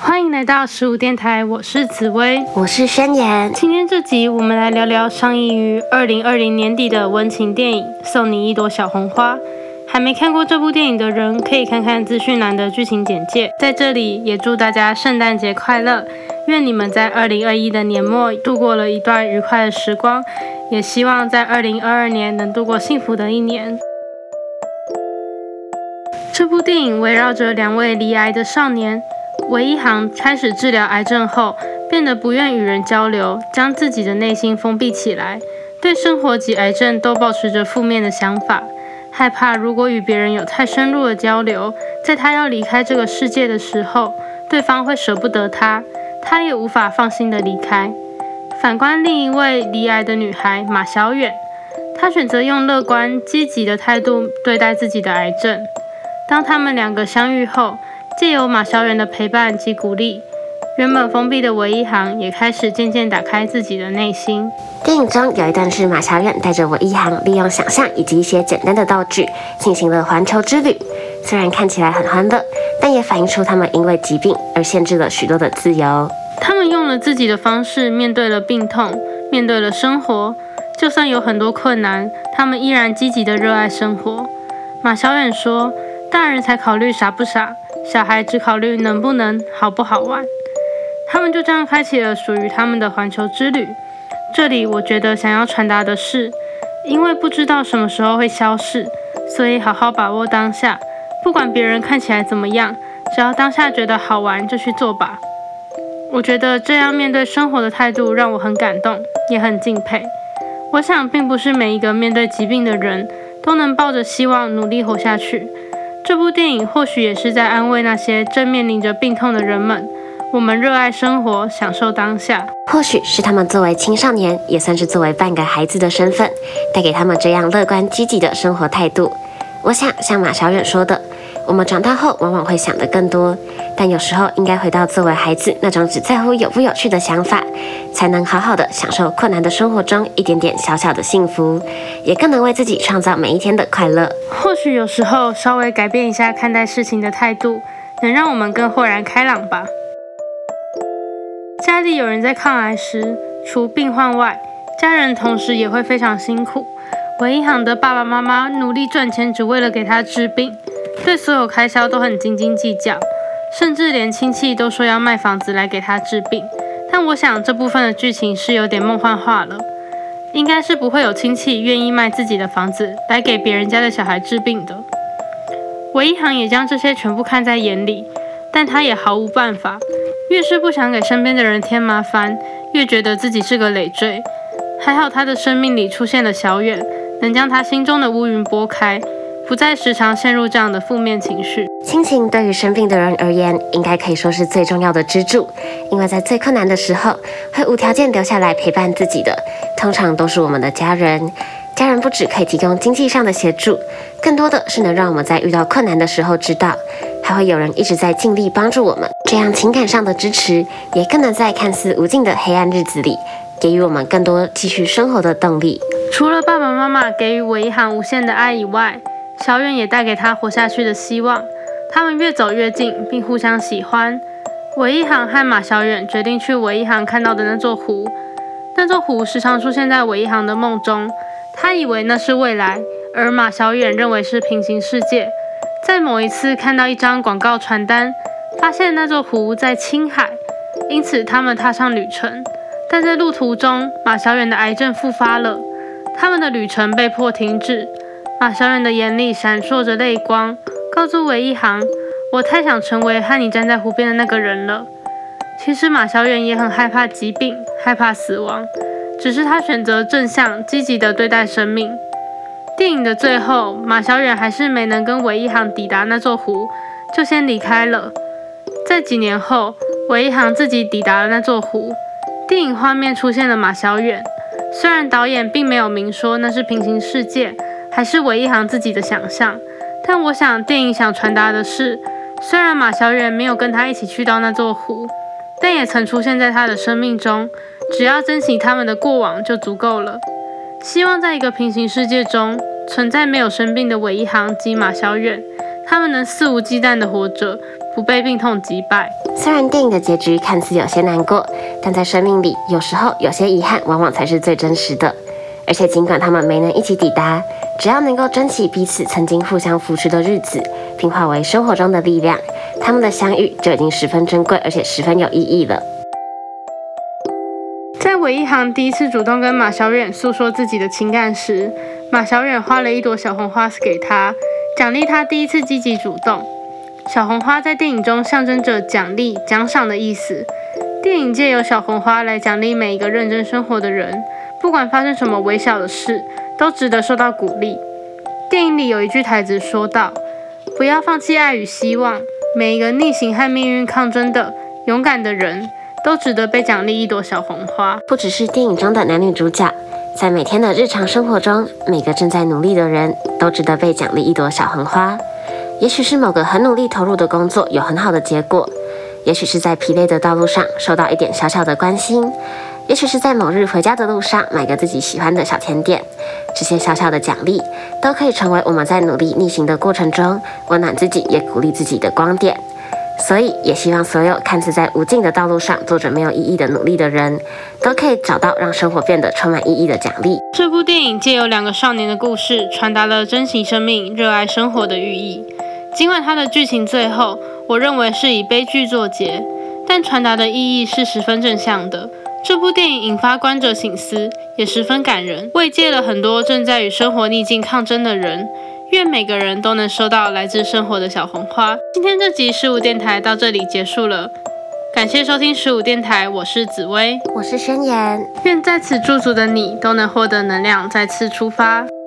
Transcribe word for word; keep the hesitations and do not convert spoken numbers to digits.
欢迎来到十五电台，我是紫薇， 我是宣言。 今天这集我们来聊聊上映于二零二零年底的温情电影《送你一朵小红花》。还没看过这部电影的人，可以看看资讯栏的剧情简介。在这里也祝大家圣诞节快乐，愿你们在二零二一的年末度过了一段愉快的时光，也希望在二零二二年能度过幸福的一年。这部电影围绕着两位罹癌的少年，韦一航开始治疗癌症后，变得不愿与人交流，将自己的内心封闭起来，对生活及癌症都保持着负面的想法，害怕如果与别人有太深入的交流，在他要离开这个世界的时候，对方会舍不得他，他也无法放心的离开。反观另一位罹癌的女孩马小远，她选择用乐观积极的态度对待自己的癌症。当他们两个相遇后，借由马小远的陪伴及鼓励，原本封闭的韦一航也开始渐渐打开自己的内心。 电影中有一段是马小远带着韦一航利用想象以及一些简单的道具进行了环球之旅，虽然看起来很欢乐，但也反映出他们因为疾病而限制了许多的自由。 他们用了自己的方式面对了病痛，面对了生活，就算有很多困难，他们依然积极的热爱生活。马小远说，大人才考虑傻不傻，小孩只考虑能不能，好不好玩。他们就这样开启了属于他们的环球之旅。这里我觉得想要传达的是，因为不知道什么时候会消逝，所以好好把握当下，不管别人看起来怎么样，只要当下觉得好玩就去做吧。我觉得这样面对生活的态度让我很感动，也很敬佩。我想并不是每一个面对疾病的人都能抱着希望努力活下去。这部电影或许也是在安慰那些正面临着病痛的人们，我们热爱生活，享受当下。 或许是他们作为青少年，也算是作为半个孩子的身份，带给他们这样乐观积极的生活态度。我想像马小远说的，我们长大后往往会想得更多，但有时候应该回到作为孩子那种只在乎有不有趣的想法，才能好好的享受困难的生活中一点点小小的幸福，也更能为自己创造每一天的快乐。 或许有时候稍微改变一下看待事情的态度，能让我们更豁然开朗吧。家里有人在抗癌时，除病患外，家人同时也会非常辛苦。韦一航的爸爸妈妈努力赚钱，只为了给他治病，对所有开销都很斤斤计较，甚至连亲戚都说要卖房子来给他治病。但我想这部分的剧情是有点梦幻化了，应该是不会有亲戚愿意卖自己的房子来给别人家的小孩治病的。韦一航也将这些全部看在眼里，但他也毫无办法，越是不想给身边的人添麻烦，越觉得自己是个累赘。还好他的生命里出现了小远，能将他心中的乌云拨开，不再时常陷入这样的负面情绪。 亲情对于生病的人而言，应该可以说是最重要的支柱，因为在最困难的时候，会无条件留下来陪伴自己的，通常都是我们的家人。家人不只可以提供经济上的协助，更多的是能让我们在遇到困难的时候知道，还会有人一直在尽力帮助我们。这样情感上的支持，也更能在看似无尽的黑暗日子里，给予我们更多继续生活的动力。 除了爸爸妈妈给予韦一航无限的爱以外，小远也带给他活下去的希望。他们越走越近，并互相喜欢。韦一航和马小远决定去韦一航看到的那座湖，那座湖时常出现在韦一航的梦中。他以为那是未来，而马小远认为是平行世界。在某一次看到一张广告传单，发现那座湖在青海，因此他们踏上旅程。但在路途中，马小远的癌症复发了，他们的旅程被迫停止。马小远的眼里闪烁着泪光，告诉韦一航，我太想成为和你站在湖边的那个人了。其实马小远也很害怕疾病，害怕死亡，只是他选择正向积极地对待生命。电影的最后，马小远还是没能跟韦一航抵达那座湖，就先离开了。在几年后，韦一航自己抵达了那座湖，电影画面出现了马小远。虽然导演并没有明说那是平行世界，还是韦一航自己的想象，但我想电影想传达的是，虽然马小远没有跟他一起去到那座湖，但也曾出现在他的生命中，只要珍惜他们的过往就足够了。希望在一个平行世界中，存在没有生病的韦一航及马小远，他们能肆无忌惮地活着，不被病痛击败。 虽然电影的结局看似有些难过，但在生命里，有时候有些遗憾往往才是最真实的。而且尽管他们没能一起抵达，只要能够珍惜彼此曾经互相扶持的日子，并化为生活中的力量，他们的相遇就已经十分珍贵，而且十分有意义了。 在韦一航第一次主动跟马小远诉说自己的情感时，马小远花了一朵小红花给他，奖励他第一次积极主动。小红花在电影中象征着奖励、奖赏的意思。电影借由小红花来奖励每一个认真生活的人，不管发生什么微小的事，都值得受到鼓励。电影里有一句台词说道：“不要放弃爱与希望，每一个逆行和命运抗争的勇敢的人，都值得被奖励一朵小红花。” 不只是电影中的男女主角，在每天的日常生活中，每个正在努力的人都值得被奖励一朵小红花。也许是某个很努力投入的工作有很好的结果，也许是在疲累的道路上受到一点小小的关心，也许是在某日回家的路上买个自己喜欢的小甜点。这些小小的奖励都可以成为我们在努力逆行的过程中温暖自己也鼓励自己的光点。所以也希望所有看似在无尽的道路上做着没有意义的努力的人，都可以找到让生活变得充满意义的奖励。 这部电影借由两个少年的故事，传达了珍惜生命、热爱生活的寓意。尽管它的剧情最后我认为是以悲剧作结，但传达的意义是十分正向的。这部电影引发观者省思，也十分感人，慰藉了很多正在与生活逆境抗争的人。愿每个人都能收到来自生活的小红花。今天这集十五电台到这里结束了，感谢收听十五电台，我是紫薇， 我是宣言。 愿在此驻足的你都能获得能量，再次出发。